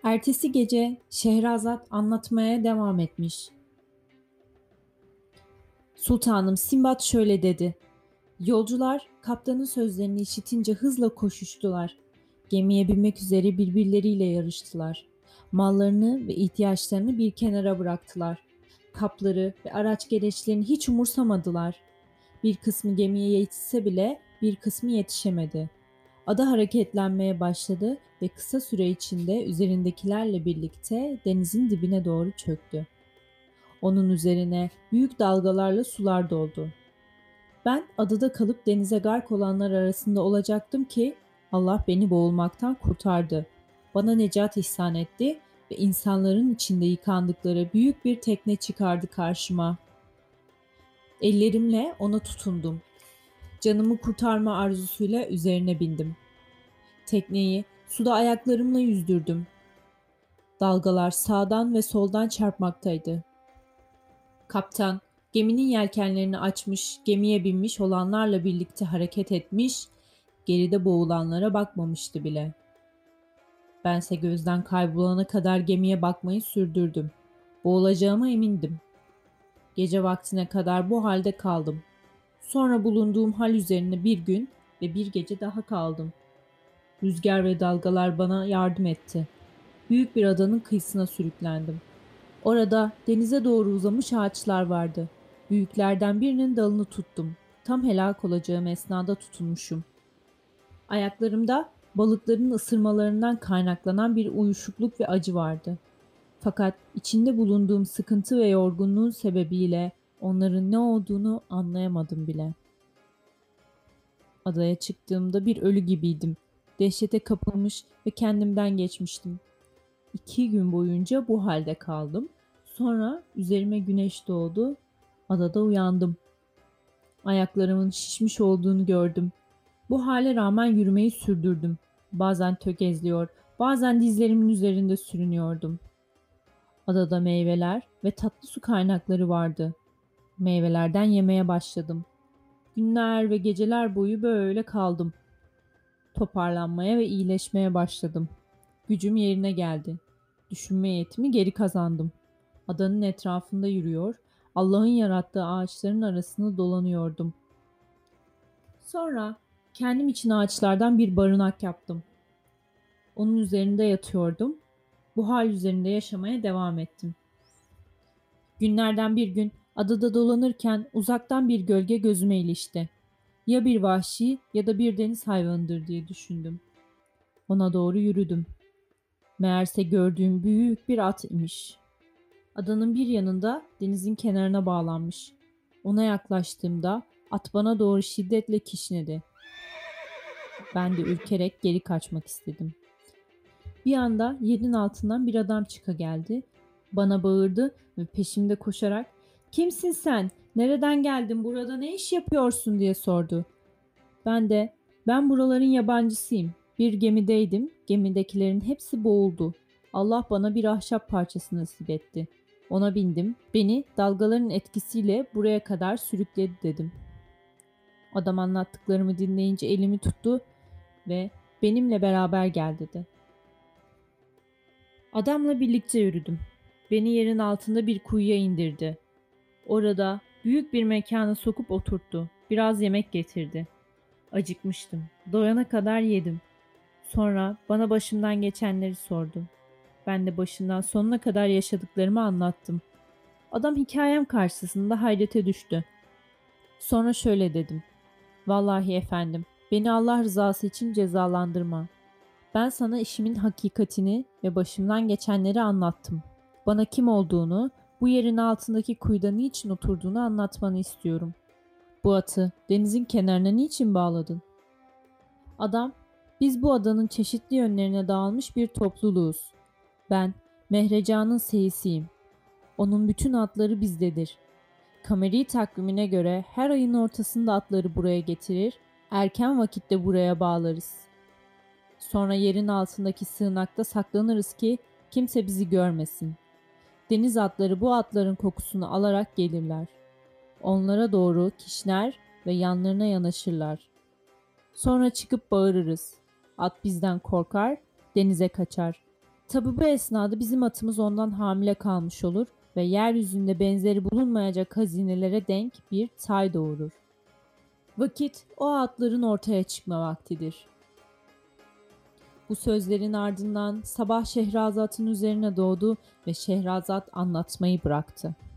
Ertesi gece Şehrazat anlatmaya devam etmiş. Sultanım Sinbad şöyle dedi. Yolcular kaptanın sözlerini işitince hızla koşuştular. Gemiye binmek üzere birbirleriyle yarıştılar. Mallarını ve ihtiyaçlarını bir kenara bıraktılar. Kapları ve araç gereçlerini hiç umursamadılar. Bir kısmı gemiye yetişse bile bir kısmı yetişemedi. Ada hareketlenmeye başladı ve kısa süre içinde üzerindekilerle birlikte denizin dibine doğru çöktü. Onun üzerine büyük dalgalarla sular doldu. Ben adada kalıp denize gark olanlar arasında olacaktım ki Allah beni boğulmaktan kurtardı. Bana necat ihsan etti ve insanların içinde yıkandıkları büyük bir tekne çıkardı karşıma. Ellerimle ona tutundum. Canımı kurtarma arzusuyla üzerine bindim. Tekneyi suda ayaklarımla yüzdürdüm. Dalgalar sağdan ve soldan çarpmaktaydı. Kaptan geminin yelkenlerini açmış, gemiye binmiş olanlarla birlikte hareket etmiş, geride boğulanlara bakmamıştı bile. Bense gözden kaybolana kadar gemiye bakmayı sürdürdüm. Boğulacağıma emindim. Gece vaktine kadar bu halde kaldım. Sonra bulunduğum hal üzerine bir gün ve bir gece daha kaldım. Rüzgar ve dalgalar bana yardım etti. Büyük bir adanın kıyısına sürüklendim. Orada denize doğru uzamış ağaçlar vardı. Büyüklerden birinin dalını tuttum. Tam helak olacağım esnada tutunmuşum. Ayaklarımda balıkların ısırmalarından kaynaklanan bir uyuşukluk ve acı vardı. Fakat içinde bulunduğum sıkıntı ve yorgunluğun sebebiyle onların ne olduğunu anlayamadım bile. Adaya çıktığımda bir ölü gibiydim. Dehşete kapılmış ve kendimden geçmiştim. 2 gün boyunca bu halde kaldım. Sonra üzerime güneş doğdu. Adada uyandım. Ayaklarımın şişmiş olduğunu gördüm. Bu hale rağmen yürümeyi sürdürdüm. Bazen tökezliyor, bazen dizlerimin üzerinde sürünüyordum. Adada meyveler ve tatlı su kaynakları vardı. Meyvelerden yemeye başladım. Günler ve geceler boyu böyle kaldım. Toparlanmaya ve iyileşmeye başladım. Gücüm yerine geldi. Düşünme yetimi geri kazandım. Adanın etrafında yürüyor, Allah'ın yarattığı ağaçların arasında dolanıyordum. Sonra kendim için ağaçlardan bir barınak yaptım. Onun üzerinde yatıyordum. Bu hal üzerinde yaşamaya devam ettim. Günlerden bir gün adada dolanırken uzaktan bir gölge gözüme ilişti. Ya bir vahşi ya da bir deniz hayvanıdır diye düşündüm. Ona doğru yürüdüm. Meğerse gördüğüm büyük bir at imiş. Adanın bir yanında denizin kenarına bağlanmış. Ona yaklaştığımda at bana doğru şiddetle kişnedi. Ben de ürkerek geri kaçmak istedim. Bir anda yerin altından bir adam çıka geldi. Bana bağırdı ve peşimde koşarak "Kimsin sen? Nereden geldin? Burada ne iş yapıyorsun?" diye sordu. Ben buraların yabancısıyım. Bir gemideydim. Gemidekilerin hepsi boğuldu. Allah bana bir ahşap parçası nasip etti. Ona bindim. Beni dalgaların etkisiyle buraya kadar sürükledi dedim. Adam anlattıklarımı dinleyince elimi tuttu ve benimle beraber gel dedi. Adamla birlikte yürüdüm. Beni yerin altında bir kuyuya indirdi. Orada büyük bir mekana sokup oturttu. Biraz yemek getirdi. Acıkmıştım. Doyana kadar yedim. Sonra bana başımdan geçenleri sordu. Ben de başından sonuna kadar yaşadıklarımı anlattım. Adam hikayem karşısında hayrete düştü. Sonra şöyle dedim. Vallahi efendim, beni Allah rızası için cezalandırma. Ben sana işimin hakikatini ve başımdan geçenleri anlattım. Bana kim olduğunu, bu yerin altındaki kuyuda niçin oturduğunu anlatmanı istiyorum. Bu atı denizin kenarına niçin bağladın? Adam, biz bu adanın çeşitli yönlerine dağılmış bir topluluğuz. Ben Mehrecan'ın seyisiyim. Onun bütün atları bizdedir. Kameri takvimine göre her ayın ortasında atları buraya getirir, erken vakitte buraya bağlarız. Sonra yerin altındaki sığınakta saklanırız ki kimse bizi görmesin. Deniz atları bu atların kokusunu alarak gelirler. Onlara doğru kişner ve yanlarına yanaşırlar. Sonra çıkıp bağırırız. At bizden korkar, denize kaçar. Tabi bu esnada bizim atımız ondan hamile kalmış olur ve yeryüzünde benzeri bulunmayacak hazinelere denk bir tay doğurur. Vakit o atların ortaya çıkma vaktidir. Bu sözlerin ardından sabah Şehrazat'ın üzerine doğdu ve Şehrazat anlatmayı bıraktı.